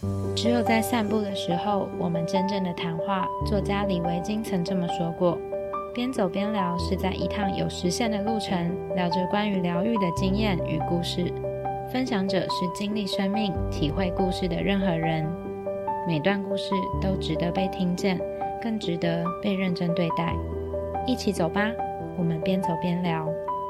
只有在散步的时候，我们真正的谈话。作家李维京曾这么说过：边走边聊是在一趟有实现的路程，聊着关于疗愈的经验与故事。分享者是经历生命、体会故事的任何人。每段故事都值得被听见，更值得被认真对待。一起走吧，我们边走边聊。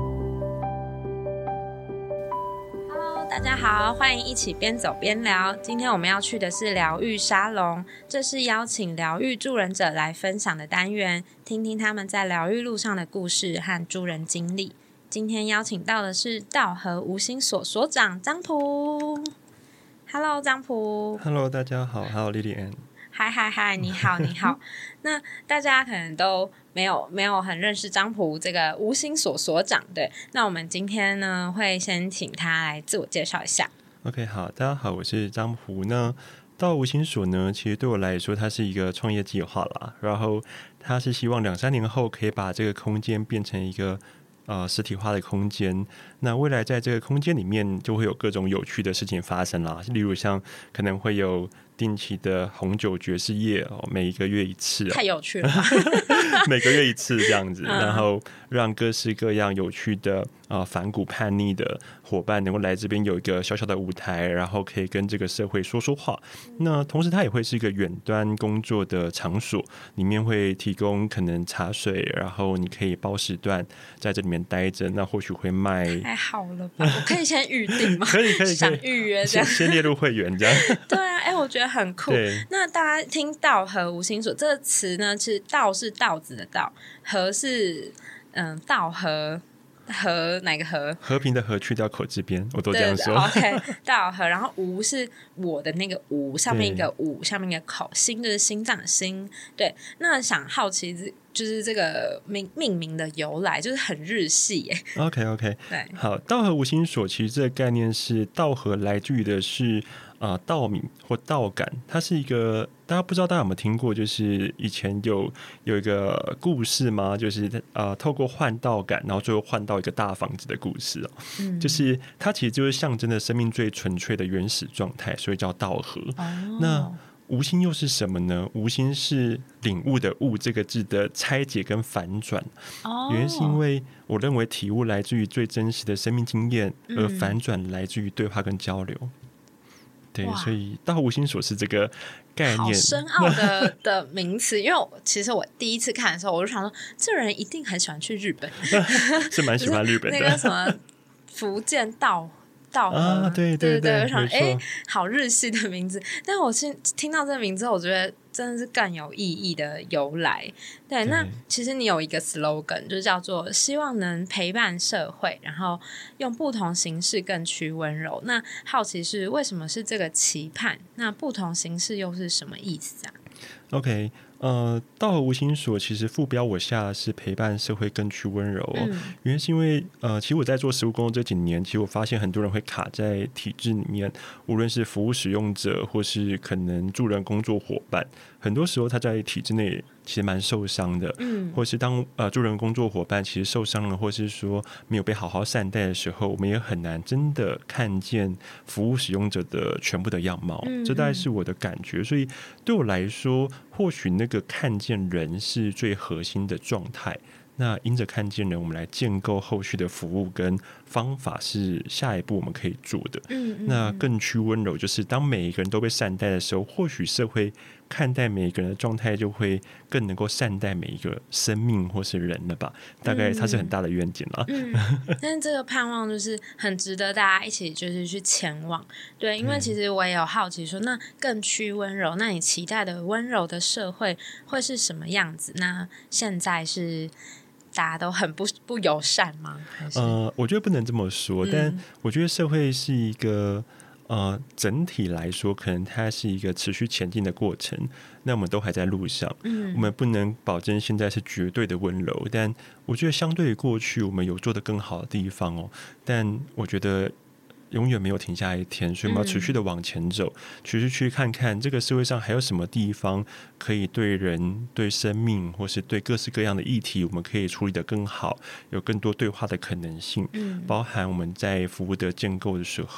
大家好，欢迎一起边走边聊。今天我们要去的是疗愈沙龙，这是邀请疗愈助人者来分享的单元，听听他们在疗愈路上的故事和助人经历。今天邀请到的是道和无心所所长张普。Hello， 张普。 Hello， 大家好。Hello， Lilian。 嗨，你好，你好。那大家可能都没有很认识张普这个无心所所长，对？那我们今天呢，会先请他来自我介绍一下。 OK， 好，大家好，我是张普。那到无心所呢，其实对我来说，它是一个创业计划啦。然后，它是希望2-3年后可以把这个空间变成一个实体化的空间。那未来在这个空间里面，就会有各种有趣的事情发生啦。例如像可能会有定期的红酒爵士夜，每一个月一次， 太有趣了吧每个月一次这样子，然后让各式各样有趣的反骨叛逆的伙伴能够来这边有一个小小的舞台，然后可以跟这个社会说说话。那同时它也会是一个远端工作的场所，里面会提供可能茶水，然后你可以包时段在这里面待着，那或许会卖。 太好了吧，我可以先预定吗？ 可以想预约这样， 先列入会员这样对啊，我觉得很酷。那大家听道和无心所这个词呢，其实道是稻子的稻，和是道和哪个和？ 和平的和去掉口字边，我都这样说。 OK， 道和，然后无是我的那个无，上面一个无，下面一个口，心就是心脏的心。对，那想好奇就是这个命名的由来，就是很日系耶。 OK， 对， 好，道和無心所其实这个概念是道和来自于的是道敏或道感，它是一个大家不知道大家有没有听过，就是以前有一个故事吗？就是透过换道感，然后最后换到一个大房子的故事哦。就是它其实就是象征着生命最纯粹的原始状态，所以叫道和。那无心又是什么呢？无心是领悟的悟这个字的拆解跟反转。原因是因为我认为体悟来自于最真实的生命经验，而反转来自于对话跟交流。对，所以道无心所是这个概念， 好深奥的名词。因为其实我第一次看的时候，我就想说，这人一定很喜欢去日本， 是蛮喜欢日本的。 那个什么福建道和， 对， 我想好日系的名字。但我听到这个名字，我觉得真的是更有意义的由来。对，那其实你有一个 slogan， 就叫做希望能陪伴社会，然后用不同形式更趋温柔。那好奇是为什么是这个期盼？那不同形式又是什么意思啊？ OK， 道和无心所其实副标我下的是陪伴社会更趋温柔原因是因为其实我在做实务工作这几年，其实我发现很多人会卡在体制里面，无论是服务使用者或是可能助人工作伙伴，很多时候他在体制内其实蛮受伤的，或是当助人工作伙伴其实受伤了，或是说没有被好好善待的时候，我们也很难真的看见服务使用者的全部的样貌，这大概是我的感觉。所以对我来说，或许那个看见人是最核心的状态，那因着看见人，我们来建构后续的服务跟方法是下一步我们可以做的。那更趋温柔，就是当每一个人都被善待的时候，或许社会看待每一个人的状态就会更能够善待每一个生命或是人了吧，大概它是很大的愿景啦。 但是这个盼望就是很值得大家一起就是去前往。对，因为其实我也有好奇说，那更趋温柔，那你期待的温柔的社会会是什么样子？那现在是大家都很不友善吗？ 我觉得不能这么说，但我觉得社会是一个整体来说可能它是一个持续前进的过程，那我们都还在路上，我们不能保证现在是绝对的温柔，但我觉得相对于过去我们有做得更好的地方但我觉得永远没有停下一天，所以我们要持续的往前走，持续去看看这个社会上还有什么地方可以对人、对生命或是对各式各样的议题我们可以处理得更好，有更多对话的可能性，包含我们在服务的建构的时候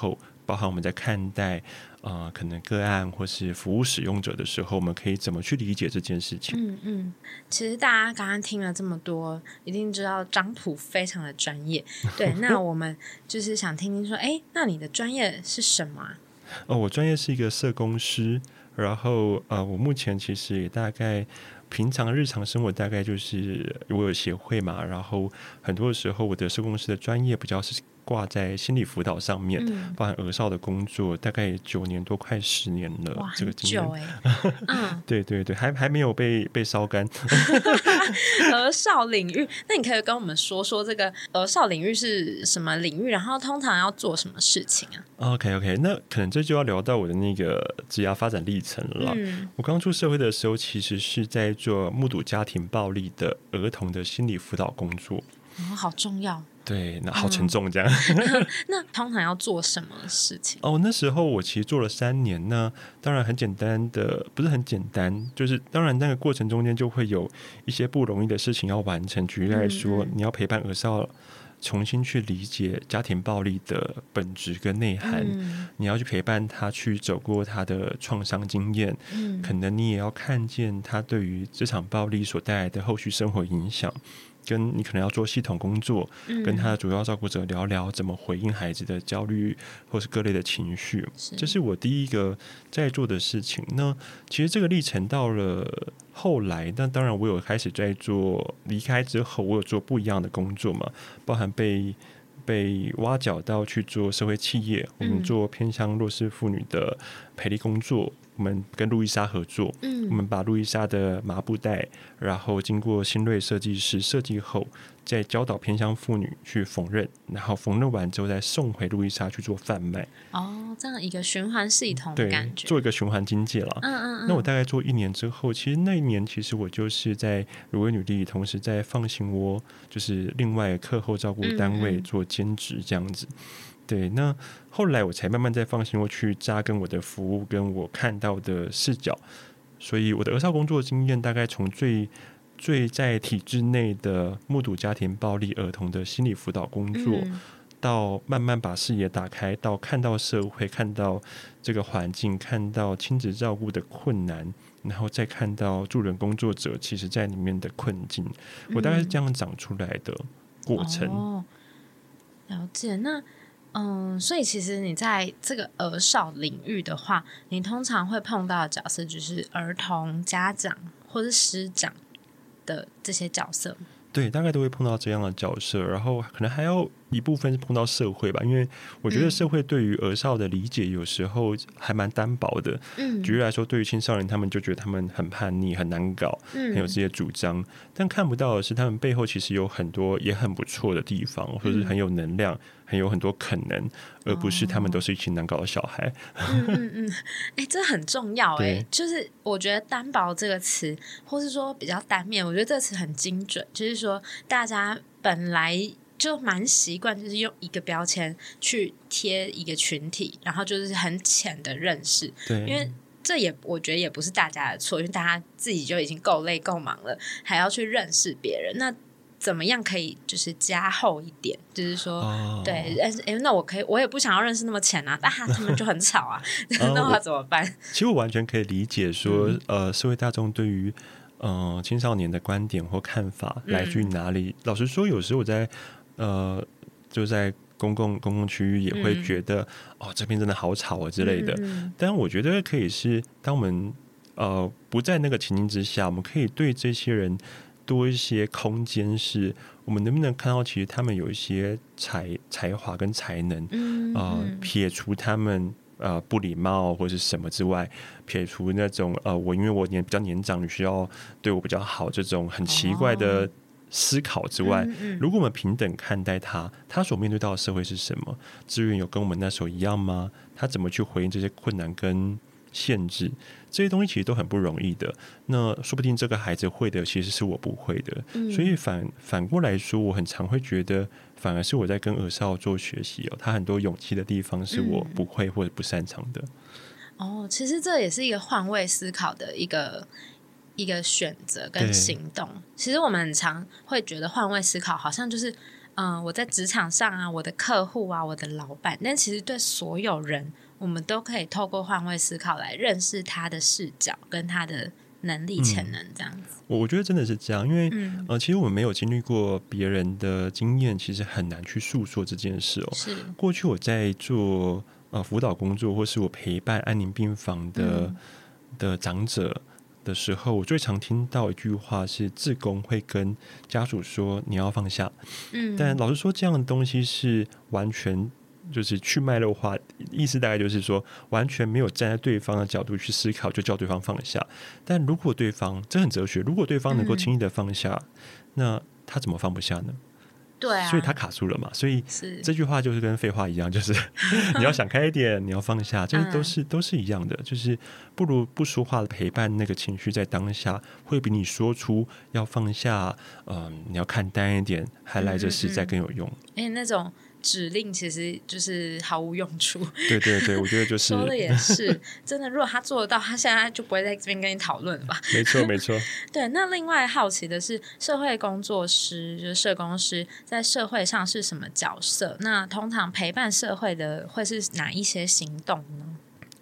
包含我们在看待可能个案或是服务使用者的时候，我们可以怎么去理解这件事情。 其实大家刚刚听了这么多，一定知道张普非常的专业。对，那我们就是想听听说，那你的专业是什么啊？ 我专业是一个社工师，然后我目前其实也大概平常日常生活大概就是我有协会嘛，然后很多的时候我的社工师的专业比较是挂在心理辅导上面，包含儿少的工作，大概9年多快10年了。 哇， 这个经验很久对对对，还没有被烧干。 儿少领域，那你可以跟我们说说这个儿少领域是什么领域，然后通常要做什么事情啊？ OK， 那可能这就要聊到我的那个职涯发展历程了。我刚出社会的时候，其实是在做目睹家庭暴力的儿童的心理辅导工作。 好重要。 对，那好沉重这样。 那通常要做什么事情？ 那时候我其实做了3年，那当然很简单的，不是很简单，就是当然那个过程中间就会有一些不容易的事情要完成。举例来说，你要陪伴儿少重新去理解家庭暴力的本质跟内涵，你要去陪伴他去走过他的创伤经验，可能你也要看见他对于这场暴力所带来的后续生活影响，跟你可能要做系统工作，跟他的主要照顾者聊聊怎么回应孩子的焦虑或是各类的情绪，这是我第一个在做的事情。那其实这个历程到了后来，那当然我有开始在做，离开之后我有做不一样的工作嘛，包含被挖角到去做社会企业，我们做偏向弱势妇女的培力工作，我们跟路易莎合作，我们把路易莎的麻布袋，然后经过新锐设计师设计后，再教导偏乡妇女去缝纫，然后缝纫完之后再送回路易莎去做贩卖。 这样一个循环系统的感觉， 做一个循环经济了。那我大概做1年之后，其实那一年其实我就是在如为女力，同时在放心窝，就是另外课后照顾单位做兼职这样子。对，那后来我才慢慢在放心窝去扎根我的服务跟我看到的视角，所以我的儿少工作经验大概从最在体制内的目睹家庭暴力儿童的心理辅导工作，到慢慢把视野打开，到看到社会，看到这个环境，看到亲子照顾的困难，然后再看到助人工作者其实在里面的困境，我大概是这样长出来的过程。 了解。那所以其实你在这个儿少领域的话，你通常会碰到的角色就是儿童、家长或是师长的这些角色。 对，大概都会碰到这样的角色，然后可能还要一部分是碰到社会吧，因为我觉得社会对于儿少的理解有时候还蛮单薄的。举例来说，对于青少年，他们就觉得他们很叛逆、很难搞，很有这些主张，但看不到的是他们背后其实有很多也很不错的地方，或者是很有能量，很有很多可能，而不是他们都是一群难搞的小孩。 这很重要。就是我觉得单薄这个词，或是说比较单面，我觉得这个词很精准，就是说大家本来就蛮习惯就是用一个标签去贴一个群体，然后就是很浅的认识。 对， 因为这也我觉得也不是大家的错，因为大家自己就已经够累够忙了，还要去认识别人，那怎么样可以就是加厚一点，就是说对，那我也不想要认识那么浅啊，但他们就很吵啊那我怎么办？ 其实我完全可以理解说社会大众对于青少年的观点或看法来自于哪里。老实说，有时候我在就在公共区域也会觉得这边真的好吵之类的。但我觉得可以是当我们不在那个情境之下，我们可以对这些人多一些空间，是我们能不能看到其实他们有一些才华跟才能，撇除他们不礼貌或是什么之外，撇除那种我因为我比较年长，你需要对我比较好这种很奇怪的思考之外，如果我们平等看待他所面对到的社会是什么，资源有跟我们那时候一样吗？他怎么去回应这些困难跟限制，这些东西其实都很不容易的。那说不定这个孩子会的其实是我不会的，所以反过来说，我很常会觉得反而是我在跟儿少做学习他很多勇气的地方是我不会或者不擅长的。 其实这也是一个换位思考的一个选择跟行动。其实我们很常会觉得换位思考好像就是我在职场上啊，我的客户啊，我的老板，但其实对所有人，我们都可以透过换位思考来认识他的视角跟他的能力潜能这样子。 我觉得真的是这样，因为其实我们没有经历过别人的经验，其实很难去诉说这件事哦。 是过去我在做辅导工作，或是我陪伴安宁病房的长者的时候，我最常听到一句话是志工会跟家属说你要放下。但老实说，这样的东西是完全就是去脉络化，意思大概就是说完全没有站在对方的角度去思考，就叫对方放下。但如果对方，这很哲学，如果对方能够轻易的放下，那他怎么放不下呢？ 对啊， 所以他卡住了嘛。所以这句话就是跟废话一样，就是你要想开一点，你要放下，这都是一样的。就是不如不说话的陪伴那个情绪在当下，会比你说出要放下，你要看淡一点，还来着实在更有用。 那种指令其实就是毫无用处。 对对对，我觉得就是说的也是真的，如果他做得到，他现在就不会在这边跟你讨论了吧。 没错没错。 对，那另外好奇的是，社会工作师就是社工师在社会上是什么角色？那通常陪伴社会的会是哪一些行动呢？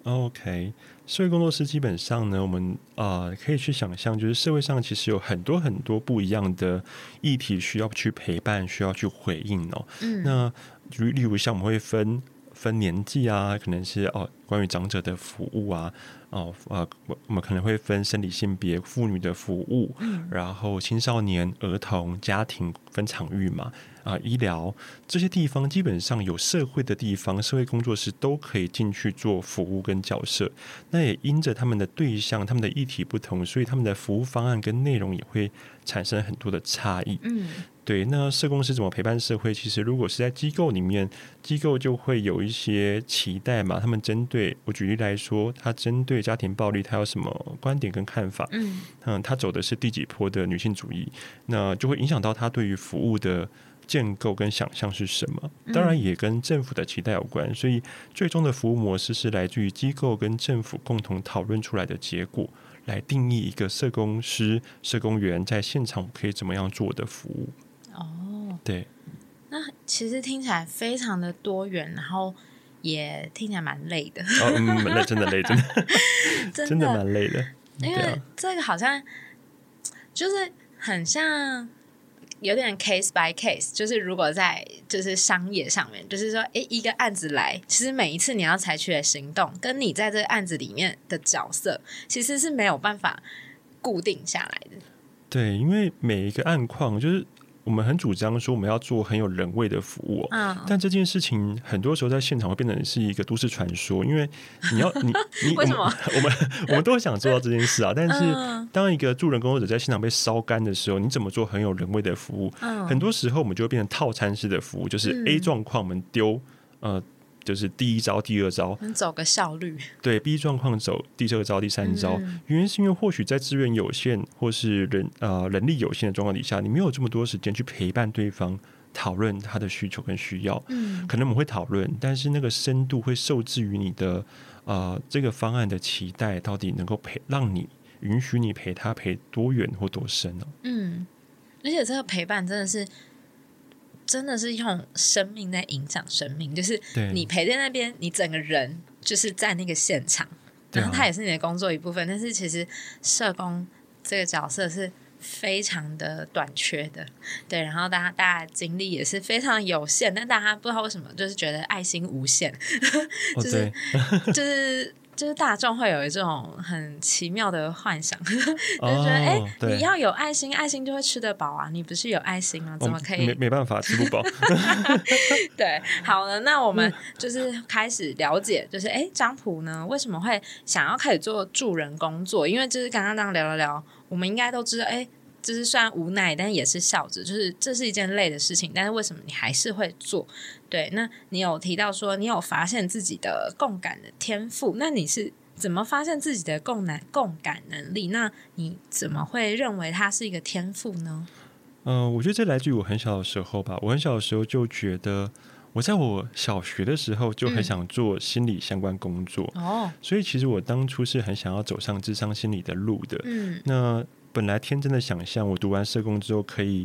OK， 社会工作师基本上呢，我们可以去想象，就是社会上其实有很多很多不一样的议题需要去陪伴，需要去回应哦。那例如像我们会分年纪啊，可能是关于长者的服务啊，我们可能会分生理性别、妇女的服务，然后青少年、儿童、家庭分场域嘛。医疗这些地方基本上有社会的地方，社会工作师都可以进去做服务跟角色。那也因着他们的对象、他们的议题不同，所以他们的服务方案跟内容也会产生很多的差异。对，那社工师怎么陪伴社会？其实如果是在机构里面，机构就会有一些期待嘛。他们针对我举例来说，他针对家庭暴力，他有什么观点跟看法？他走的是第几波的女性主义，那就会影响到他对于服务的建构跟想象是什么。当然也跟政府的期待有关，所以最终的服务模式是来自于机构跟政府共同讨论出来的结果，来定义一个社工师、社工员在现场可以怎么样做的服务。对， 那其实听起来非常的多元，然后也听起来蛮累的。 真的累，真的蛮累的。 因为这个好像就是很像有点 case by case， 就是如果在就是商业上面，就是说一个案子来，其实每一次你要采取的行动跟你在这个案子里面的角色其实是没有办法固定下来的。 对，因为每一个案况就是我们很主张说我们要做很有人味的服务，但这件事情很多时候在现场会变成是一个都市传说，因为你为什么我们都想做到这件事啊，但是当一个助人工作者在现场被烧干的时候，你怎么做很有人味的服务？很多时候我们就会变成套餐式的服务，就是 A 状况我们丢就是第一招、第二招， 走个效率。对 B 状况走第二招、第三招。原因是因为或许在资源有限或是人力有限的状况底下，你没有这么多时间去陪伴对方，讨论他的需求跟需要。可能我们会讨论，但是那个深度会受制于你的这个方案的期待，到底能够让你允许你陪他陪多远或多深哦。 而且这个陪伴真的是用生命在影响生命，就是你陪在那边，你整个人就是在那个现场，然后它也是你的工作一部分。但是其实社工这个角色是非常的短缺的，对，然后大家精力也是非常有限，但大家不知道为什么就是觉得爱心无限，就是大众会有一种很奇妙的幻想，就是觉得你要有爱心，爱心就会吃得饱啊，你不是有爱心吗？怎么可以没办法吃不饱？ 对，好了，那我们就是开始了解，就是张普呢为什么会想要开始做助人工作？因为就是刚刚这样聊，我们应该都知道，就是虽然无奈，但也是笑着，就是这是一件累的事情，但是为什么你还是会做？对，那你有提到说你有发现自己的共感的天赋，那你是怎么发现自己的共感能力？那你怎么会认为它是一个天赋呢？ 我觉得这来自于我很小的时候吧。我很小的时候就觉得，我在我小学的时候就很想做心理相关工作，所以其实我当初是很想要走上諮商心理的路的。那本来天真的想象，我读完社工之后可以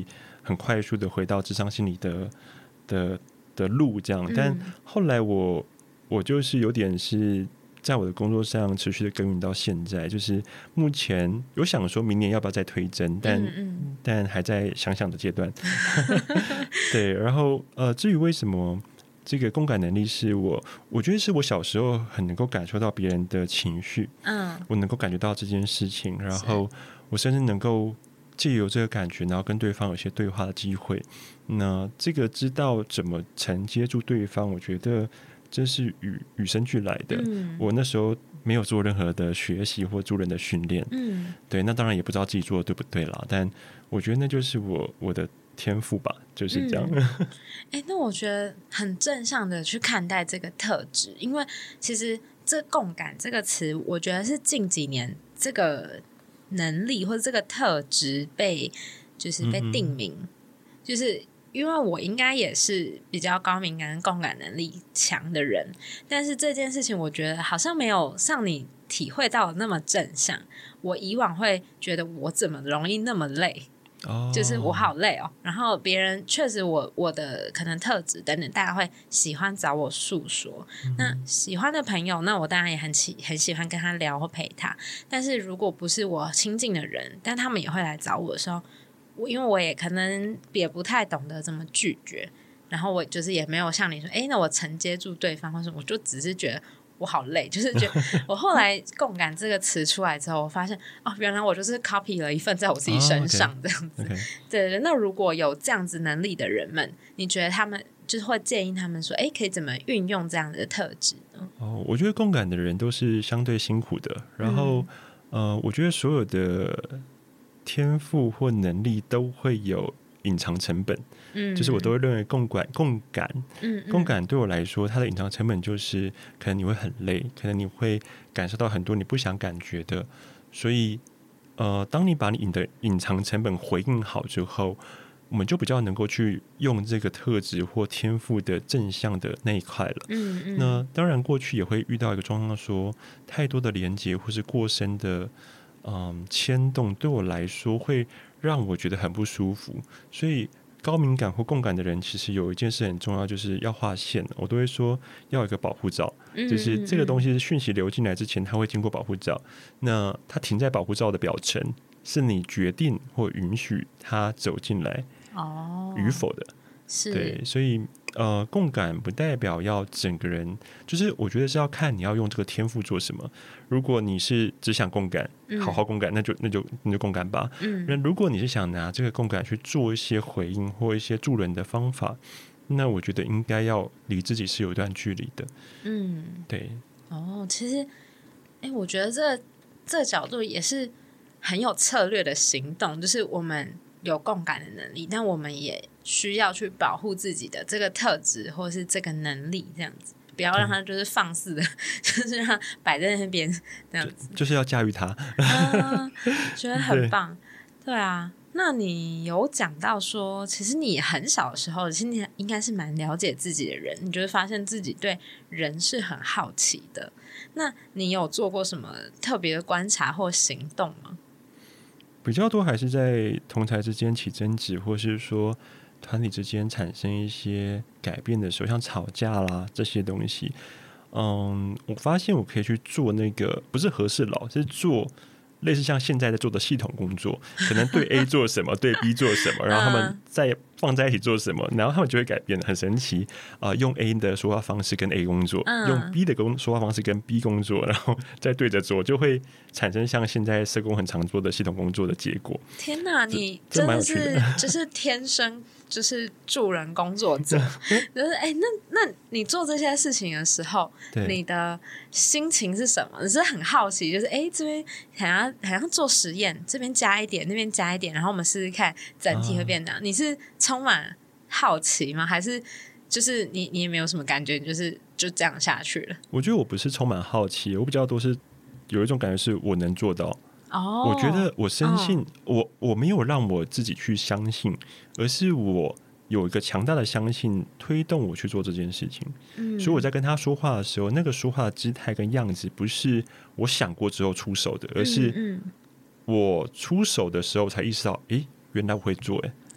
很快速的回到諮商心理的路这样。但后来我就是有点是在我的工作上持续的耕耘到现在，就是目前有想说明年要不要再推甄，但还在想想的阶段。对，然后至于为什么这个共感能力是我觉得是我小时候很能够感受到别人的情绪，我能够感觉到这件事情，然后我甚至能够藉由这个感觉，然后跟对方有些对话的机会。那这个知道怎么承接住对方，我觉得这是与生俱来的。我那时候没有做任何的学习或助人的训练，对，那当然也不知道自己做的对不对啦，但我觉得那就是我的天赋吧，就是这样。 那我觉得很正向的去看待这个特质，因为其实这共感这个词，我觉得是近几年这个能力或者这个特质被定名，就是因为我应该也是比较高敏感跟共感能力强的人，但是这件事情我觉得好像没有像你体会到的那么正向。我以往会觉得我怎么容易那么累，就是我好累哦，然后别人确实我的可能特质等等，大家会喜欢找我诉说，那喜欢的朋友，那我当然也很喜欢跟他聊或陪他，但是如果不是我亲近的人，但他们也会来找我的时候，因为我也可能也不太懂得怎么拒绝，然后我就是也没有像你说那我承接住对方，或者我就只是觉得我好累，就是觉得我后来共感这个词出来之后，我发现原来我就是 copy 了一份在我自己身上这样子。对，那如果有这样子能力的人们，你觉得他们就是会建议他们说可以怎么运用这样的特质呢？ 我觉得共感的人都是相对辛苦的，然后我觉得所有的天赋或能力都会有隐藏成本，就是我都会认为共感对我来说，它的隐藏成本就是可能你会很累，可能你会感受到很多你不想感觉的，所以当你把你的隐藏成本回应好之后，我们就比较能够去用这个特质或天赋的正向的那一块了。那当然过去也会遇到一个状况，说太多的连结或是过深的牵动对我来说会让我觉得很不舒服，所以高敏感或共感的人其实有一件事很重要，就是要划线。我都会说要有一个保护罩，就是这个东西是讯息流进来之前它会经过保护罩，那它停在保护罩的表层是你决定或允许它走进来与否的。 是， 对，所以共感不代表要整个人，就是我觉得是要看你要用这个天赋做什么。如果你是只想共感，好好共感，那就共感吧。那如果你是想拿这个共感去做一些回应或一些助人的方法，那我觉得应该要离自己是有一段距离的。对。 其实我觉得这角度也是很有策略的行动，就是我们有共感的能力，但我们也需要去保护自己的这个特质或是这个能力，这样子不要让它就是放肆的就是让它摆在那边这样子， 就是要驾驭它。 觉得很棒。对啊，那你有讲到说其实你很小的时候其实你应该是蛮了解自己的人，你就会发现自己对人是很好奇的，那你有做过什么特别的观察或行动吗？ 比较多还是在同侪之间起争执，或是说团体之间产生一些改变的时候，像吵架啦这些东西。我发现我可以去做那个不是和事佬，是做类似像现在在做的系统工作，可能对 A 做什么对 B 做什么，然后他们再放在一起做什么，然后他们就会改变，很神奇。用 A 的说话方式跟 A 工作，用 B 的说话方式跟 B 工作，然后再对着做，就会产生像现在社工很常做的系统工作的结果。 天哪，你真的是就是天生就是助人工作者就是那你做这些事情的时候，你的心情是什么？你是很好奇，就是这边好像做实验，这边加一点，那边加一点，然后我们试试看整体会变哪？你是充满好奇吗？还是就是你也没有什么感觉，就这样下去了？ 我觉得我不是充满好奇，我比较多是有一种感觉是我能做到。我觉得我深信，我没有让我自己去相信，而是我有一个强大的相信推动我去做这件事情。所以我在跟他说话的时候，那个说话的姿态跟样子不是我想过之后出手的，而是我出手的时候才意识到原来我会做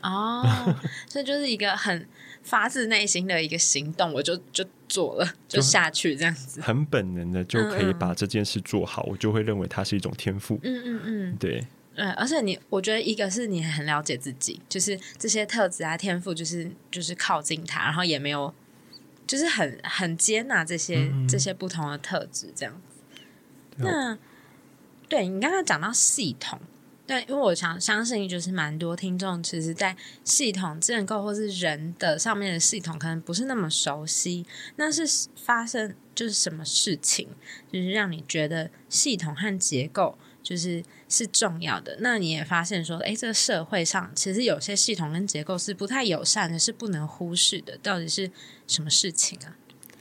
这就是一个很发自内心的一个行动，我就做了，就下去这样子， 很本能的就可以把这件事做好，我就会认为它是一种天赋。对。 而且我觉得一个是你很了解自己，就是这些特质啊天赋就是靠近它，然后也没有就是很接纳这些不同的特质这样子。那对你刚刚讲到系统，对，因为我相信就是蛮多听众其实在系统建构或是人的上面的系统可能不是那么熟悉，那是发生就是什么事情就是让你觉得系统和结构是重要的，那你也发现说这个社会上其实有些系统跟结构是不太友善的，是不能忽视的，到底是什么事情啊？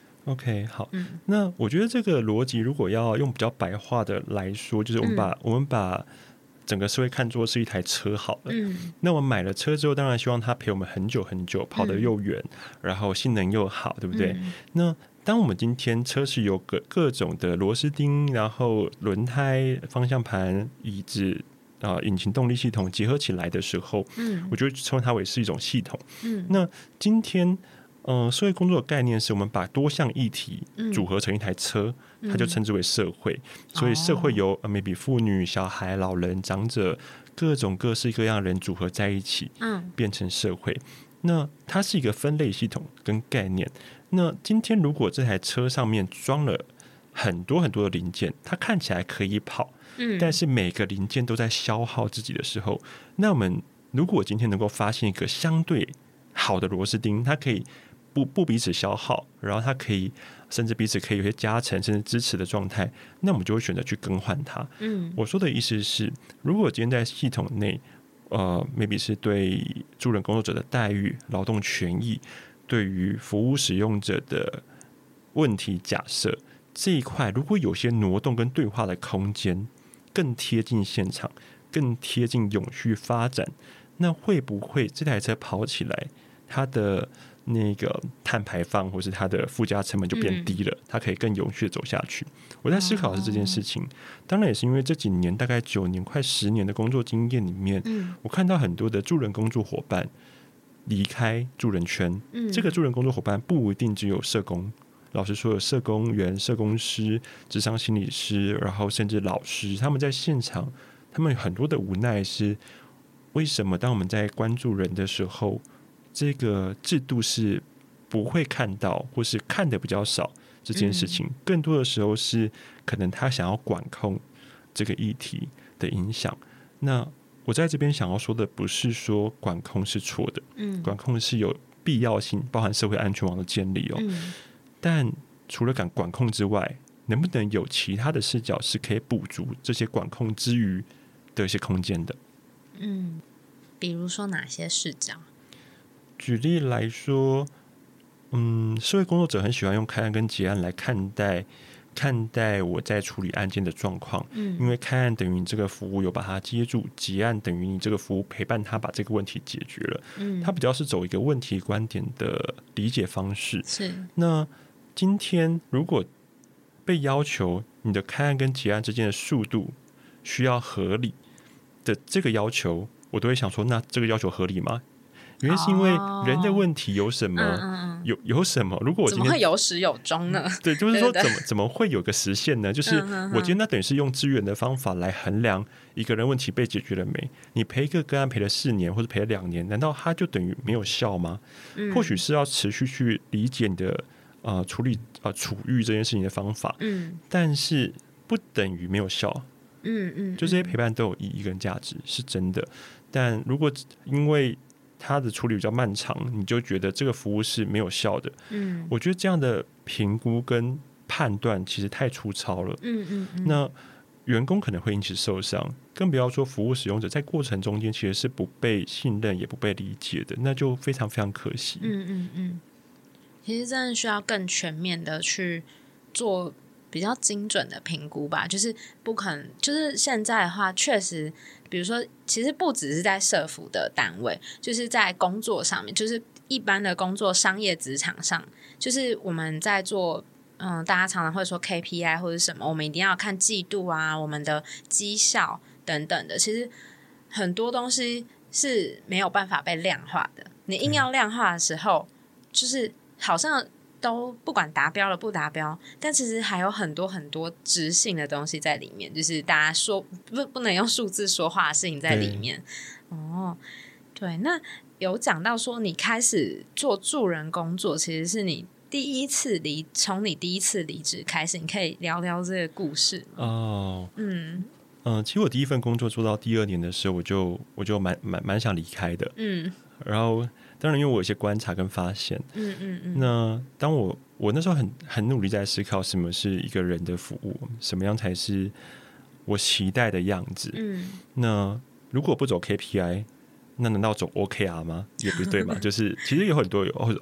OK 好，那我觉得这个逻辑如果要用比较白话的来说，就是我们把整个社会看作是一台车好了，那我们买了车之后当然希望它陪我们很久很久，跑得又远，然后性能又好，对不对？那当我们今天车是有各种的螺丝钉，然后轮胎、方向盘、椅子、引擎动力系统结合起来的时候，我就称它为是一种系统。那今天社会工作的概念是我们把多项议题组合成一台车，它就称之为社会。所以社会由maybe 妇女、小孩、老人、长者各种各式各样的人组合在一起，变成社会。那它是一个分类系统跟概念。那今天如果这台车上面装了很多很多的零件，它看起来可以跑，但是每个零件都在消耗自己的时候，那我们如果今天能够发现一个相对好的螺丝钉，它可以不彼此消耗，然后它可以甚至彼此可以有些加成甚至支持的状态，那我们就会选择去更换它。我说的意思是，如果今天在系统内maybe 是对助人工作者的待遇、劳动权益，对于服务使用者的问题假设这一块，如果有些挪动跟对话的空间，更贴近现场，更贴近永续发展，那会不会这台车跑起来，它的那个碳排放或是它的附加成本就变低了，它可以更永续的走下去。我在思考的是这件事情，当然也是因为这几年大概9年快10年的工作经验里面，我看到很多的助人工作伙伴离开助人圈，这个助人工作伙伴不一定只有社工，老实说有社工员、社工师、諮商心理师，然后甚至老师，他们在现场他们有很多的无奈是为什么当我们在关注人的时候，这个制度是不会看到或是看得比较少这件事情，更多的时候是可能他想要管控这个议题的影响。那我在这边想要说的不是说管控是错的，管控是有必要性，包含社会安全网的建立但除了管控之外，能不能有其他的视角是可以补足这些管控之余的一些空间的？ 比如说哪些视角？ 举例来说，社会工作者很喜欢用开案跟结案来看待我在处理案件的状况，因为开案等于你这个服务有把它接住，结案等于你这个服务陪伴他把这个问题解决了，它比较是走一个问题观点的理解方式。 是， 那今天如果被要求你的开案跟结案之间的速度需要合理的这个要求，我都会想说，那这个要求合理吗？原因是因为人的问题有什么？有什么？如果我今天怎么会有始有终呢？ 对，就是说怎么会有个实现呢？就是我今天那等于是用资源的方法来衡量一个人问题被解决了没？你陪一个个案陪了4年或者陪了2年，难道他就等于没有效吗？或许是要持续去理解你的处理处遇这件事情的方法，但是不等于没有效。就这些陪伴都有意义跟价值，是真的。但如果因为它的处理比较漫长，你就觉得这个服务是没有效的，我觉得这样的评估跟判断其实太粗糙了。那员工可能会因此受伤，更不要说服务使用者在过程中间其实是不被信任也不被理解的，那就非常非常可惜。 其实真的需要更全面的去做比较精准的评估吧，就是不可能，就是现在的话，确实，比如说，其实不只是在社福的单位，就是在工作上面，就是一般的工作、商业职场上，就是我们在做，大家常常会说 KPI 或者什么，我们一定要看季度啊，我们的绩效等等的，其实很多东西是没有办法被量化的，你硬要量化的时候，就是好像都不管达标了不达标，但其实还有很多很多质性的东西在里面，就是大家说不能用数字说话的事情在里面。哦，对，那有讲到说你开始做助人工作，其实是你从你第一次离职开始，你可以聊聊这个故事吗？ 哦，其实我第一份工作做到第2年的时候，我就蛮想离开的。然后当然因为我有些观察跟发现，那当我那时候很努力在思考什么是一个人的服务，什么样才是我期待的样子。那如果不走 KPI， 那难道走 OKR 吗？也不对嘛。就是其实有很多或者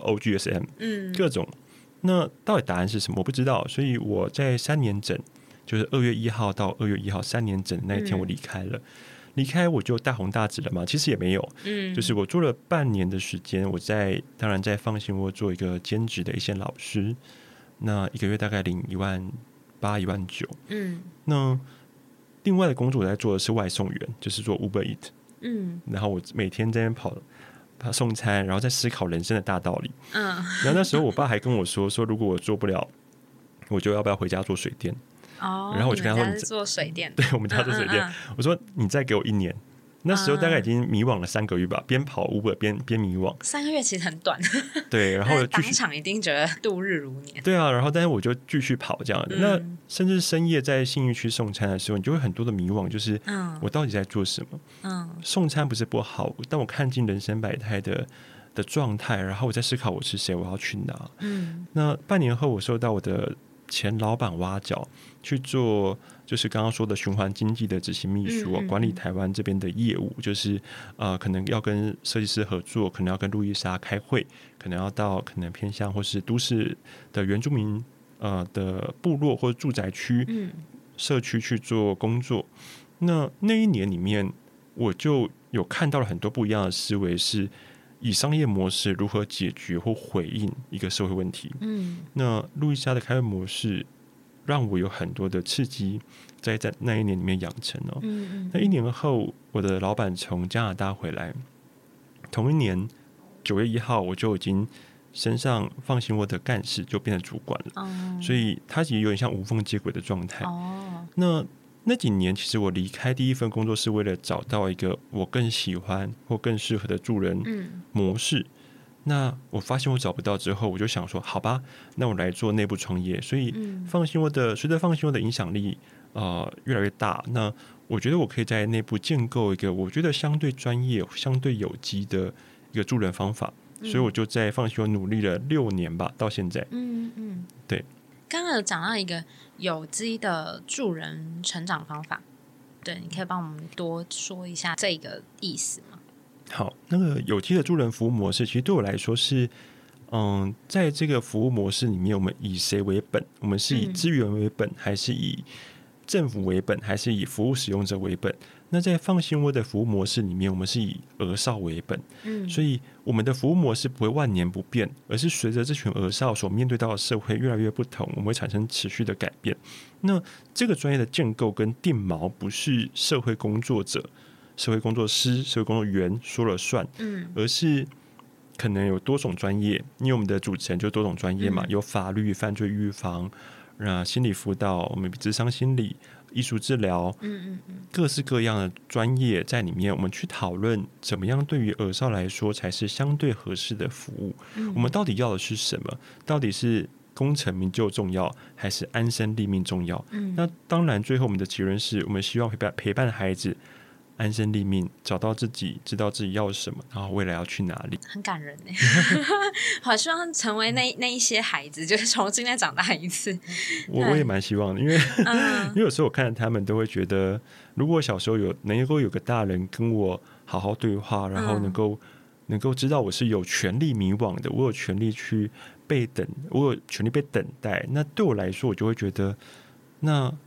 OGSM，各种。那到底答案是什么？我不知道。所以我在3年整，就是2月1号到2月1号3年整的那一天，我离开了。离开我就大红大紫了嘛？其实也没有，就是我做了半年的时间，当然在放心窝做一个兼职的一线老师，那1个月大概领18000、19000。那另外的工作我在做的是外送员，就是做 Uber Eat。然后我每天在那边跑送餐，然后在思考人生的大道理。然后那时候我爸还跟我说如果我做不了，我就要不要回家做水电。然后我就跟他说：“你是做水电？” 对，我们家做水电。我说：“你再给我1年。”那时候大概已经迷惘了3个月吧，边跑 Uber 边迷惘。 3个月其实很短。 对，然后当场一定觉得度日如年。 对啊，然后但是我就继续跑这样。那甚至深夜在信义区送餐的时候，你就会很多的迷惘，就是我到底在做什么？送餐不是不好，但我看尽人生百态的状态，然后我在思考我是谁，我要去哪。那半年后，我受到我的前老板挖角去做，就是刚刚说的循环经济的执行秘书，管理台湾这边的业务，就是可能要跟设计师合作，可能要跟路易莎开会，可能要到可能偏向或是都市的原住民的部落或者住宅区、社区去做工作。那1年里面，我就有看到了很多不一样的思维，是以商业模式如何解决或回应一个社会问题。那路易莎的开会模式让我有很多的刺激在那1年里面养成。那1年后，我的老板从加拿大回来，同一年9月1号，我就已经升上放心窝的干事，就变成主管了。所以他其实有点像无缝接轨的状态。那几年，其实我离开第一份工作是为了找到一个我更喜欢或更适合的助人模式。那我发现我找不到之后，我就想说，好吧，那我来做内部创业。所以随着放心窝的影响力越来越大，那我觉得我可以在内部建构一个我觉得相对专业、相对有机的一个助人方法。所以我就在放心窝努力了6年吧，到现在。对。 刚刚有讲到一个有机的助人成长方法，对，你可以帮我们多说一下这个意思吗？ 好，那个有机的助人服务模式，其实对我来说是，在这个服务模式里面，我们以谁为本？我们是以资源为本，还是以政府为本，还是以服务使用者为本？那在放心窝的服务模式里面，我们是以儿少为本。所以我们的服务模式不会万年不变，而是随着这群儿少所面对到的社会越来越不同，我们会产生持续的改变。那这个专业的建构跟定锚不是社会工作者、社会工作师、社会工作员说了算，而是可能有多种专业，因为我们的主持人就多种专业嘛，有法律、犯罪预防、心理辅导，我们諮商心理、艺术治疗，各式各样的专业在里面，我们去讨论怎么样对于儿少来说才是相对合适的服务。我们到底要的是什么？到底是功成名就重要，还是安身立命重要？那当然，最后我们的结论是我们希望陪伴孩子安身立命，找到自己，知道自己要什么，然后未来要去哪里。 很感人耶好希望成为那一些孩子，就是重新再长大一次。 我也蛮希望的，因为因为有时候我看着他们都会觉得，如果小时候能够有个大人跟我好好对话，然后能够知道我是有权利迷惘的，我有权利去我有权利被等待，那对我来说，我就会觉得那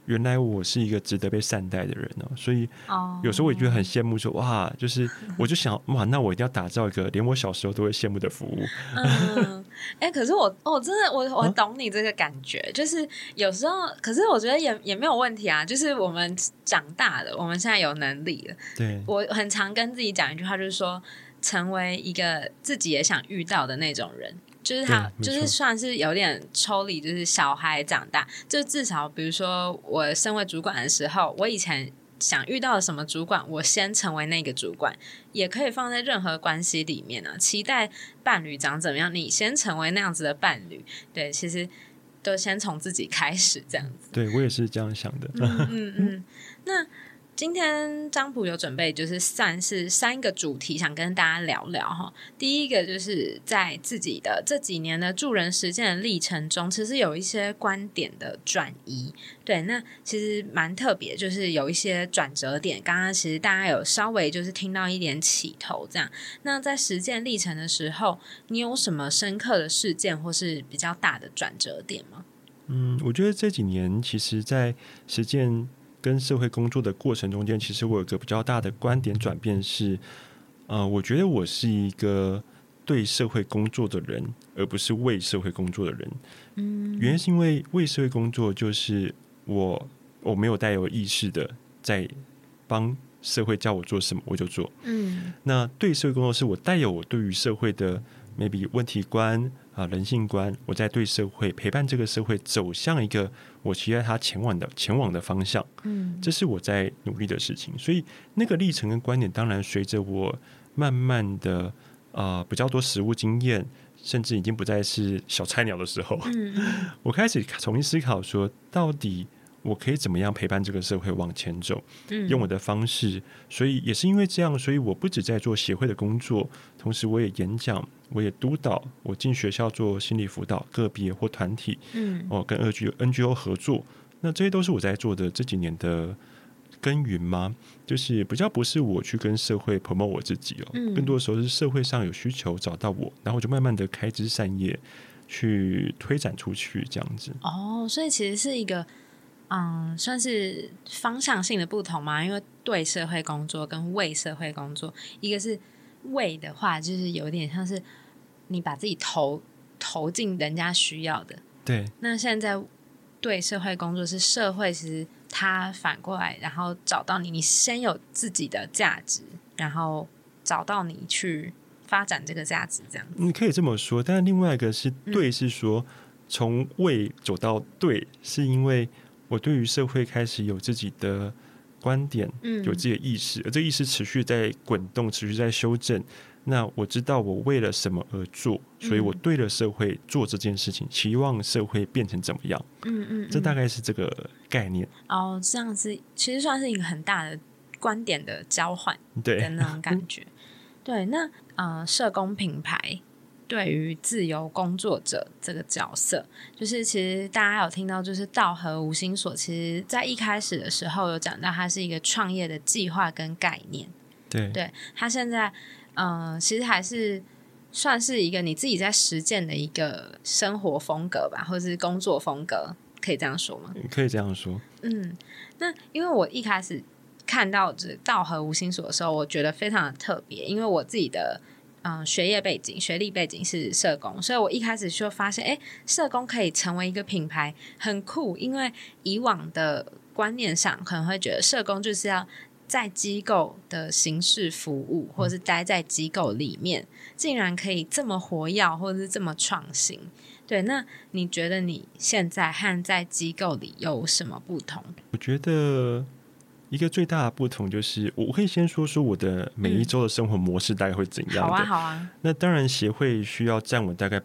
原来我是一个值得被善待的人所以有时候我也觉得很羡慕说哇，就是我就想哇，那我一定要打造一个连我小时候都会羡慕的服务。 可是我真的我懂你这个感觉，就是有时候，可是我觉得也没有问题啊，就是我们长大了，我们现在有能力了。 对， 我很常跟自己讲一句话，就是说成为一个自己也想遇到的那种人。就是他就是算是有点抽离，就是小孩长大，就至少比如说我身为主管的时候，我以前想遇到什么主管，我先成为那个主管，也可以放在任何关系里面啊。期待伴侣长怎么样，你先成为那样子的伴侣，对，其实都先从自己开始这样子。 对，我也是这样想的。 那今天张普有准备就是算是3个主题想跟大家聊聊哈。第一个就是在自己的这几年的助人实践的历程中，其实有一些观点的转移，对，那其实蛮特别，就是有一些转折点，刚刚其实大家有稍微就是听到一点起头这样。那在实践历程的时候，你有什么深刻的事件或是比较大的转折点吗？ 我觉得这几年其实在实践跟社会工作的过程中间，其实我有个比较大的观点转变是，我觉得我是一个对社会工作的人，而不是为社会工作的人。原因是因为为社会工作就是我没有带有意识的在帮社会叫我做什么我就做。那对社会工作是我带有我对于社会的 maybe 问题观人性观，我在对社会陪伴这个社会走向一个我期待他前往的方向。这是我在努力的事情。所以那个历程跟观点当然随着我慢慢的比较多实务经验，甚至已经不再是小菜鸟的时候，我开始重新思考说到底我可以怎么样陪伴这个社会往前走，用我的方式。所以也是因为这样，所以我不只在做协会的工作，同时我也演讲，我也督导，我进学校做心理辅导，个别或团体，跟 NGO 合作。那这些都是我在做的这几年的耕耘吗？就是比较不是我去跟社会 promote 我自己更多的时候是社会上有需求找到我，然后我就慢慢的开枝散叶去推展出去这样子。 所以其实是一个算是方向性的不同嘛，因为对社会工作跟为社会工作，一个是为的话，就是有点像是你把自己投进人家需要的。 对。 那现在对社会工作是社会其实他反过来，然后找到你先有自己的价值，然后找到你去发展这个价值这样子。 你可以这么说，但是另外一个是对，是说从为走到对，是因为我对于社会开始有自己的观点，有自己的意识，而这意识持续在滚动，持续在修正。那我知道我为了什么而做，所以我对了社会做这件事情，期望社会变成怎么样。这大概是这个概念。 这样子其实算是一个很大的观点的交换的那种感觉。对，那社工品牌对于自由工作者这个角色，就是其实大家有听到，就是道和无心所，其实在一开始的时候有讲到，它是一个创业的计划跟概念。对，它现在其实还是算是一个你自己在实践的一个生活风格吧，或者是工作风格，可以这样说吗？ 可以这样说。 那因为我一开始看到这道和无心所的时候，我觉得非常的特别，因为我自己的学历背景是社工，所以我一开始就发现社工可以成为一个品牌很酷。因为以往的观念上可能会觉得社工就是要在机构的形式服务，或是待在机构里面，竟然可以这么活跃或者是这么创新。对，那你觉得你现在和在机构里有什么不同？ 我觉得一个最大的不同就是我可以先说我的每一周的生活模式大概会怎样的。 好啊。那当然协会需要占我大概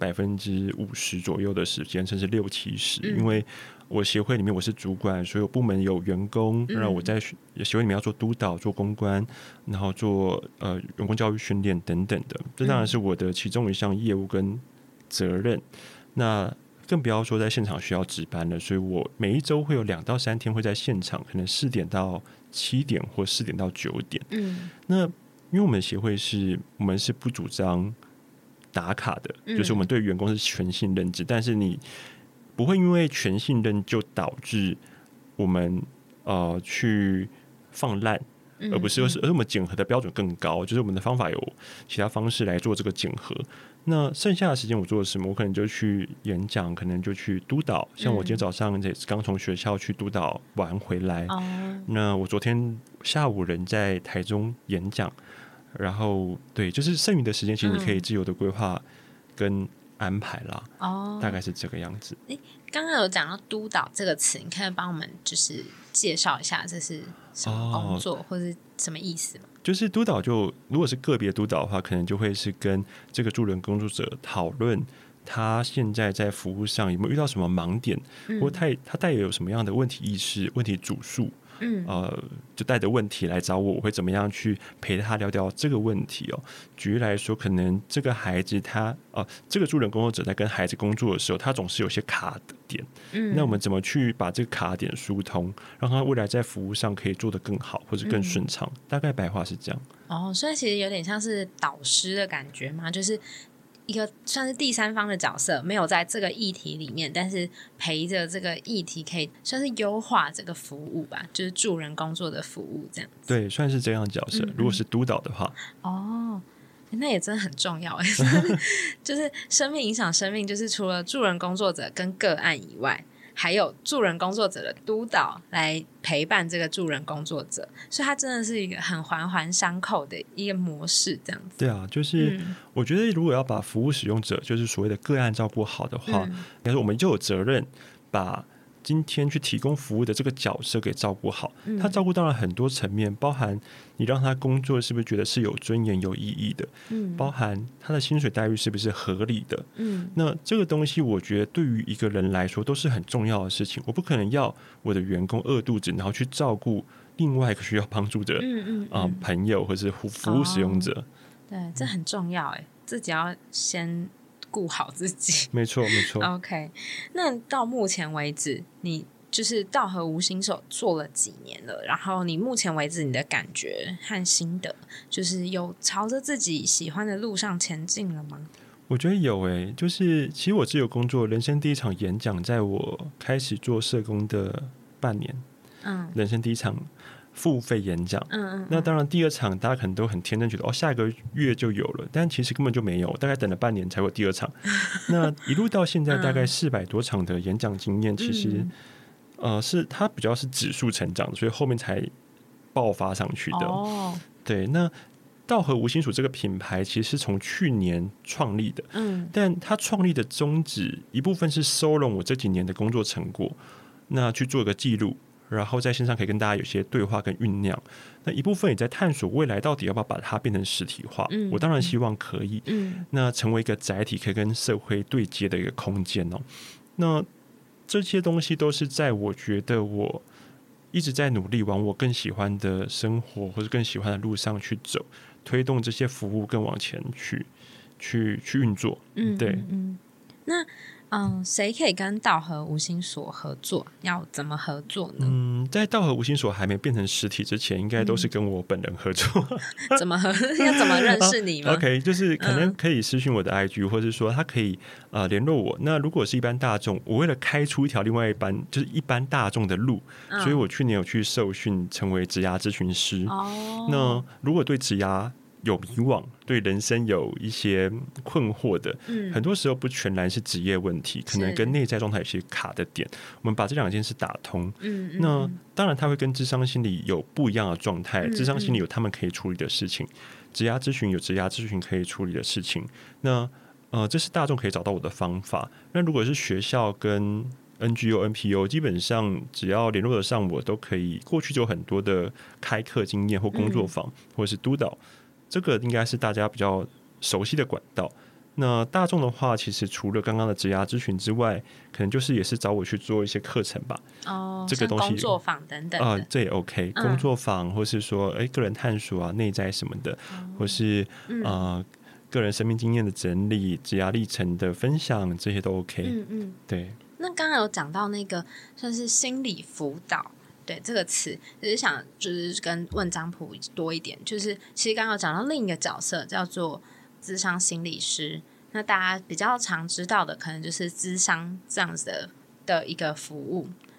50%左右的时间，甚至60-70%，因为我协会里面我是主管，所有部门有员工，然后我在协会里面要做督导、做公关，然后做员工教育训练等等的，这当然是我的其中一项业务跟责任。那更不要说在现场需要值班了，所以我每一周会有2到3天会在现场，可能4点到7点或4点到9点。那因为我们协会我们是不主张打卡的，就是我们对员工是全信任制，但是你不会因为全信任就导致我们去放烂，而不是而我们检核的标准更高，就是我们的方法有其他方式来做这个检核。那剩下的时间我做了什么？我可能就去演讲，可能就去督导。像我今天早上也刚从学校去督导完回来。那我昨天下午人在台中演讲，然后对，就是剩余的时间，其实你可以自由的规划跟安排啦。大概是这个样子。 刚刚有讲到督导这个词，你可以帮我们就是介绍一下这是什么工作，或是什么意思吗？ 就是督导如果是个别督导的话，可能就会是跟这个助人工作者讨论他现在在服务上有没有遇到什么盲点，或他带有什么样的问题意识、问题主诉。就带着问题来找我，我会怎么样去陪他聊聊这个问题哦。举例来说，可能这个孩子这个助人工作者在跟孩子工作的时候，他总是有些卡的点。那我们怎么去把这个卡点疏通，让他未来在服务上可以做得更好，或者更顺畅？大概白话是这样。 所以其实有点像是导师的感觉嘛，就是一个算是第三方的角色，没有在这个议题里面，但是陪着这个议题可以算是优化这个服务吧，就是助人工作的服务这样子。 对，算是这样的角色。如果是督导的话， 那也真的很重要就是生命影响生命，就是除了助人工作者跟个案以外，还有助人工作者的督导来陪伴这个助人工作者，所以它真的是一个很环环相扣的一个模式这样子。 对啊，就是我觉得如果要把服务使用者就是所谓的个案照顾好的话，应该说我们就有责任把今天去提供服务的这个角色给照顾好。他照顾到了很多层面，包含你让他工作是不是觉得是有尊严有意义的，包含他的薪水待遇是不是合理的。那这个东西我觉得对于一个人来说都是很重要的事情。我不可能要我的员工饿肚子，然后去照顾另外一个需要帮助的朋友或是服务使用者。 对，这很重要自己要先顾好自己。 没错没错。 OK， 那到目前为止你就是道和无心手做了几年了？然后你目前为止你的感觉和心得，就是有朝着自己喜欢的路上前进了吗？ 我觉得有就是其实我自由工作人生第一场演讲在我开始做社工的半年，人生第一场付费演讲。那当然第二场大家可能都很天真觉得下一个月就有了，但其实根本就没有，大概等了半年才有第二场。那一路到现在大概400多场的演讲经验，其实是它比较是指数成长的，所以后面才爆发上去的。对，那道和无心署这个品牌其实是从去年创立的，但它创立的宗旨一部分是收拢我这几年的工作成果，那去做一个记录，然后在线上可以跟大家有些对话跟酝酿。那一部分也在探索未来到底要不要把它变成实体化。我当然希望可以，那成为一个载体，可以跟社会对接的一个空间那这些东西都是在我觉得我一直在努力往我更喜欢的生活或者更喜欢的路上去走，推动这些服务更往前去运作。对。 那谁可以跟道和无心所合作？要怎么合作呢？ 在道和无心所还没变成实体之前，应该都是跟我本人合作。 怎么要怎么认识你吗 ？OK， 就是可能可以私讯我的 IG，或是说他可以联络我。那如果是一般大众，我为了开出一条另外就是一般大众的路，所以我去年有去受训成为职涯咨询师。那如果对职涯有迷惘，对人生有一些困惑的，很多时候不全然是职业问题，可能跟内在状态有些卡的点，我们把这两件事打通。那当然他会跟諮商心理有不一样的状态，諮商心理有他们可以处理的事情，职涯咨询有职涯咨询可以处理的事情。那这是大众可以找到我的方法。那如果是学校跟NGO NPO， 基本上只要联络得上我都可以。过去就有很多的开课经验或工作坊，或者是督导，这个应该是大家比较熟悉的管道。那大众的话，其实除了刚刚的职涯咨询之外，可能就是也是找我去做一些课程吧。 这个东西工作坊等等的这也 OK。工作坊，或是说个人探索啊、内在什么的，或是个人生命经验的整理、职涯历程的分享，这些都 OK。对。 那刚刚有讲到那个算是心理辅导，对这个词，只是想就是跟问张普多一点，就是其实刚刚有讲到另一个角色叫做諮商心理师，那大家比较常知道的可能就是諮商这样子的一个服务。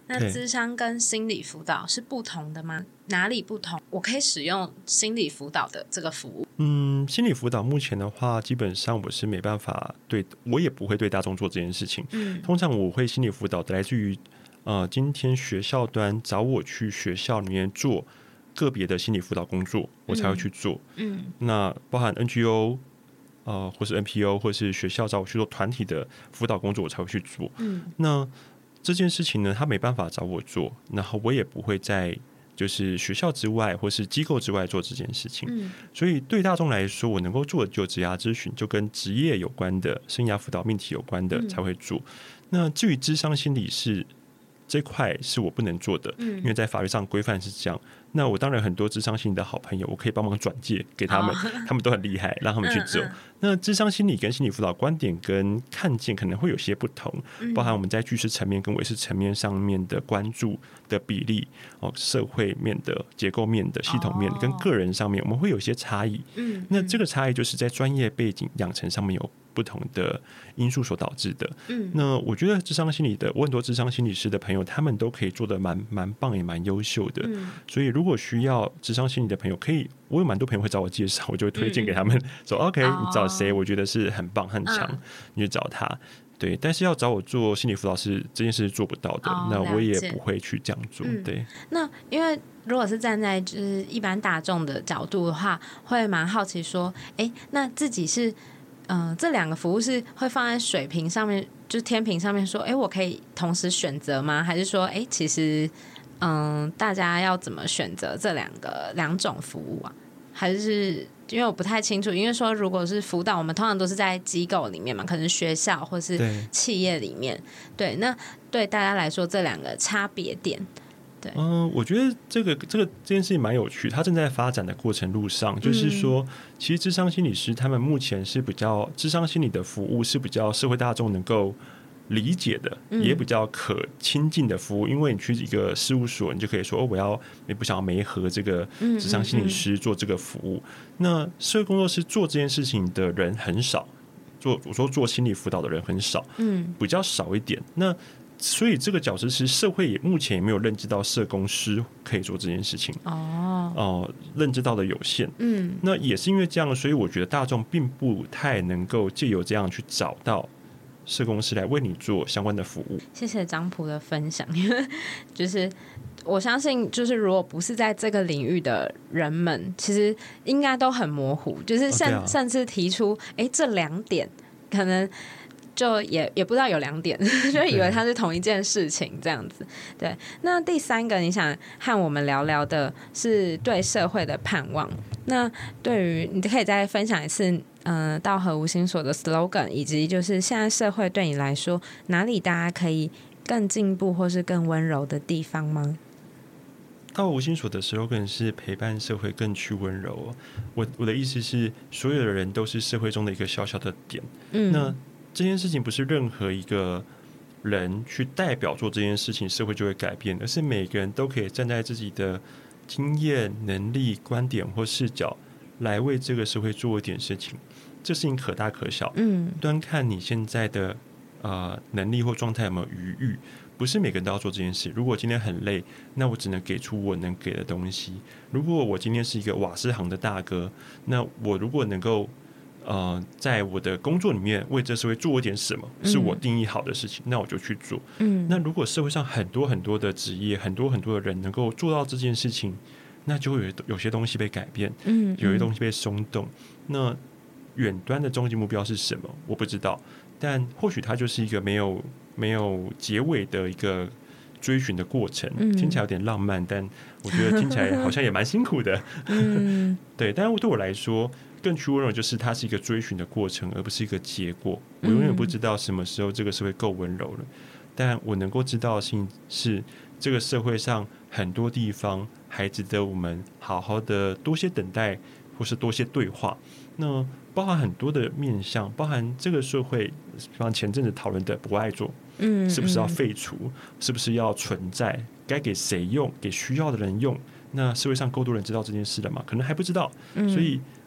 那諮商跟心理辅导是不同的吗？哪里不同？我可以使用心理辅导的这个服务？ 心理辅导目前的话，基本上我是没办法我也不会对大众做这件事情。通常我会心理辅导的来自于今天学校端找我去学校里面做个别的心理辅导工作，我才会去做。那包含 NGO。或是 NPO 或是学校找我去做团体的辅导工作，我才会去做。那这件事情呢，他没办法找我做，然后我也不会在就是学校之外或是机构之外做这件事情。所以对大众来说，我能够做的就职涯咨询，就跟职业有关的、生涯辅导命题有关的才会做。那至于諮商心理师这块是我不能做的，因为在法律上规范是这样。那我当然很多諮商心理的好朋友，我可以帮忙转介给他们，他们都很厉害，让他们去做。那諮商心理跟心理辅导观点跟看见可能会有些不同，包含我们在句式层面跟韦氏层面上面的关注的比例，社会面的、结构面的、系统面的跟个人上面，我们会有些差异。那这个差异就是在专业背景养成上面有不同的因素所导致的。那我觉得諮商心理的，我很多諮商心理师的朋友，他们都可以做得蛮棒，也蛮优秀的。所以如果需要諮商心理的朋友，可以，我有蛮多朋友会找我介绍，我就会推荐给他们，说 OK， 你找谁？我觉得是很棒很强，你就找他。对，但是要找我做心理辅导师这件事是做不到的，那我也不会去这样做。对， 那因为如果是站在就是一般大众的角度的话，会蛮好奇说，那自己是这两个服务是会放在水平上面，就是天平上面说，我可以同时选择吗？还是说，其实大家要怎么选择这两种服务啊？还是因为我不太清楚，因为说如果是辅导，我们通常都是在机构里面嘛，可能学校或是企业里面。对，那对大家来说这两个差别点，对， 我觉得这件事情蛮有趣，它正在发展的过程路上，就是说，其实諮商心理师他们目前是比较諮商心理的服务是比较社会大众能够理解的，也比较可亲近的服务。因为你去一个事务所，你就可以说我不想要媒合这个諮商心理师做这个服务。那社会工作室做这件事情的人很少，我说做心理辅导的人很少，比较少一点。那所以这个角色是社会也目前也没有认知到社工师可以做这件事情，认知到的有限。那也是因为这样，所以我觉得大众并不太能够借由这样去找到社工师来为你做相关的服务。 谢谢张普的分享，因为就是我相信，就是如果不是在这个领域的人们，其实应该都很模糊，就是甚至提出这两点可能就也不知道有两点，就以为它是同一件事情这样子。对，那第三个你想和我们聊聊的是对社会的盼望。那对于你可以再分享一次道和无心所的 slogan， 以及就是现在社会对你来说哪里大家可以更进步或是更温柔的地方吗？ 道和无心所的 slogan 是陪伴社会更趋温柔。我的意思是，所有的人都是社会中的一个小小的点。那这件事情不是任何一个人去代表做这件事情，社会就会改变，而是每个人都可以站在自己的经验、能力、观点或视角来为这个社会做一点事情。这事情可大可小，端看你现在的能力或状态有没有余裕。不是每个人都要做这件事。如果今天很累，那我只能给出我能给的东西。如果我今天是一个瓦斯行的大哥，那我如果能够在我的工作里面为这社会做一点什么，是我定义好的事情，那我就去做。那如果社会上很多很多的职业，很多很多的人能够做到这件事情，那就会有些东西被改变，有些东西被松动。那远端的终极目标是什么？我不知道，但或许它就是一个没有结尾的一个追寻的过程。听起来有点浪漫，但我觉得听起来好像也蛮辛苦的。对，但是对我来说，更趋温柔就是它是一个追寻的过程，而不是一个结果。我永远不知道什么时候这个社会够温柔了，但我能够知道的是，这个社会上很多地方还值得我们好好的多些等待，或是多些对话。那包含很多的面向，包含这个社会，比方前阵子讨论的博爱座，是不是要废除，是不是要存在，该给谁用，给需要的人用。那社会上够多人知道这件事了吗？可能还不知道。所以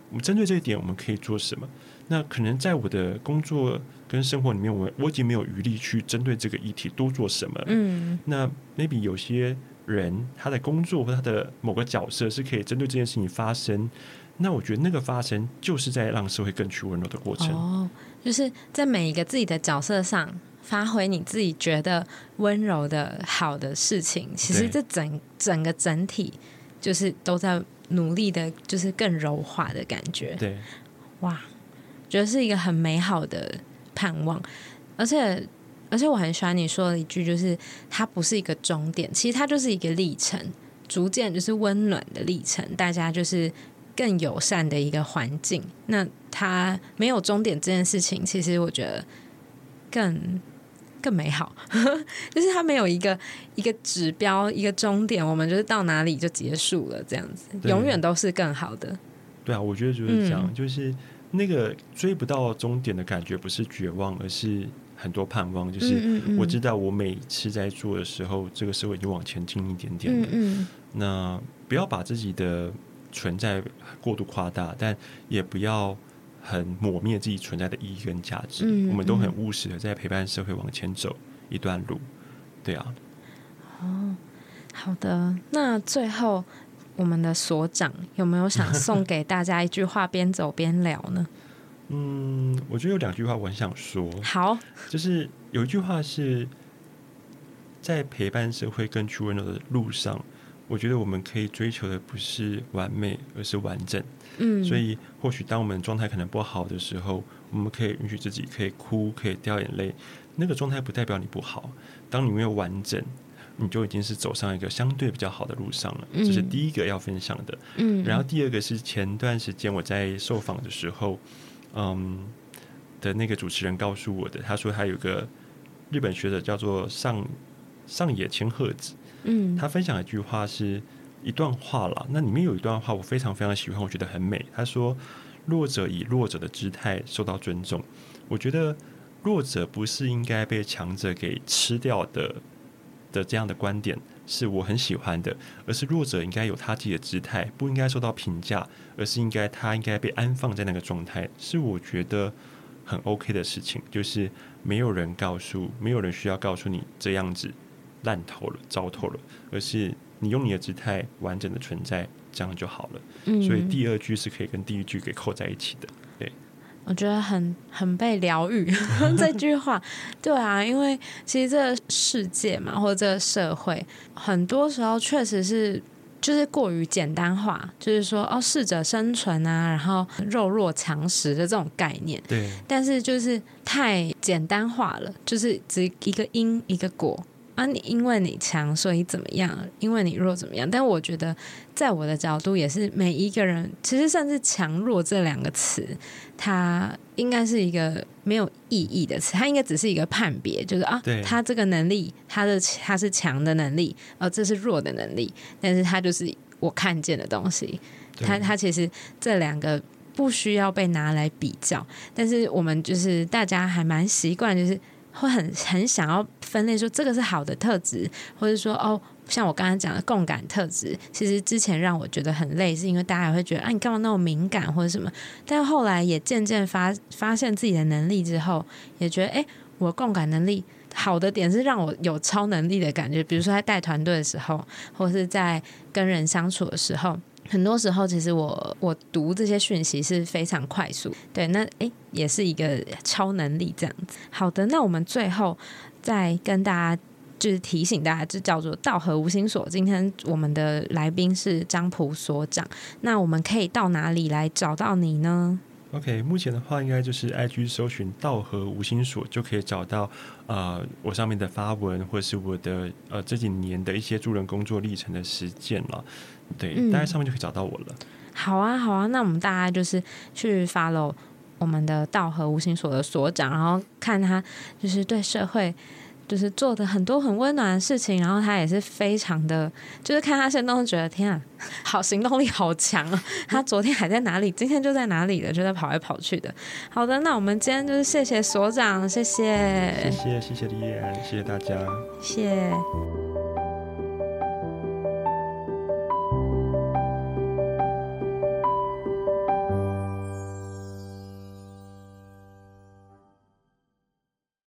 我们针对这一点我们可以做什么？那可能在我的工作跟生活里面，我已经没有余力去针对这个议题多做什么了。那 maybe 有些人他的工作或他的某个角色是可以针对这件事情发生，那我觉得那个发生就是在让社会更趋温柔的过程。 就是在每一个自己的角色上发挥你自己觉得温柔的好的事情，其实这整个整体就是都在努力的，就是更柔化的感觉。 对， 哇，觉得是一个很美好的盼望，而且我很喜欢你说的一句，就是它不是一个终点，其实它就是一个历程，逐渐就是温暖的历程，大家就是更友善的一个环境。那它没有终点这件事情，其实我觉得更美好就是它没有一个指标一个终点，我们就是到哪里就结束了这样子，永远都是更好的。 对啊，我觉得就是这样，就是那个追不到终点的感觉不是绝望，而是很多盼望。就是我知道我每次在做的时候，这个社会已经往前进一点点了。那不要把自己的存在过度夸大，但也不要很抹灭自己存在的意义跟价值。我们都很务实的在陪伴社会往前走一段路。对啊。 好的，那最后我们的所长有没有想送给大家一句话，边走边聊呢？ 我觉得有2句话我很想说。 好， 就是有一句话是在陪伴社会更趋温柔的路上，我觉得我们可以追求的不是完美，而是完整。所以或许当我们状态可能不好的时候，我们可以允许自己可以哭，可以掉眼泪，那个状态不代表你不好。当你没有完整，你就已经是走上一个相对比较好的路上了。这是第一个要分享的。然后第二个是前段时间我在受访的时候的那个主持人告诉我的，他说他有个日本学者叫做上野千鹤子。他分享一句话是一段话啦，那里面有一段话我非常非常喜欢，我觉得很美。他说弱者以弱者的姿态受到尊重。我觉得弱者不是应该被强者给吃掉的这样的观点是我很喜欢的，而是弱者应该有他自己的姿态，不应该受到评价，而是他应该被安放在那个状态，是我觉得很 OK 的事情。就是没有人需要告诉你这样子烂透了糟透了，而是你用你的姿态完整的存在，这样就好了。所以第2句是可以跟第1句给扣在一起的。对， 我觉得很被疗愈这句话。对啊，因为其实这个世界嘛，或者这个社会很多时候确实是就是过于简单化，就是说适者生存啊，然后弱肉强食的这种概念。 对， 但是就是太简单化了，就是只一个因一个果啊，你因为你强所以怎么样，因为你弱怎么样。但我觉得在我的角度也是，每一个人其实甚至强弱这2个词，它应该是一个没有意义的词，它应该只是一个判别，就是他这个能力他是强的能力，这是弱的能力，但是它就是我看见的东西。它其实这2个不需要被拿来比较，但是我们就是大家还蛮习惯，就是会很想要分类说这个是好的特质，或者说像我刚才讲的共感特质，其实之前让我觉得很累，是因为大家也会觉得你干嘛那么敏感或者什么，但后来也渐渐发现自己的能力之后，也觉得我共感能力好的点是让我有超能力的感觉，比如说在带团队的时候，或是在跟人相处的时候，很多时候其实我读这些讯息是非常快速。对，那也是一个超能力这样子。好的，那我们最后再跟大家就是提醒大家，这叫做道和无心所。今天我们的来宾是张普所长，那我们可以到哪里来找到你呢 ？OK， 目前的话应该就是 IG 搜寻道和无心所就可以找到我上面的发文，或者是我的这几年的一些助人工作历程的实践了。对，大概上面就可以找到我了。 好啊，那我们大家就是去 follow 我们的道和无心所的所长，然后看他就是对社会就是做的很多很温暖的事情，然后他也是非常的，就是看他现在都觉得天啊，好行动力好强啊！他昨天还在哪里，今天就在哪里了，就在跑来跑去的。好的，那我们今天就是谢谢所长，谢谢莉安，谢谢大家， 谢谢。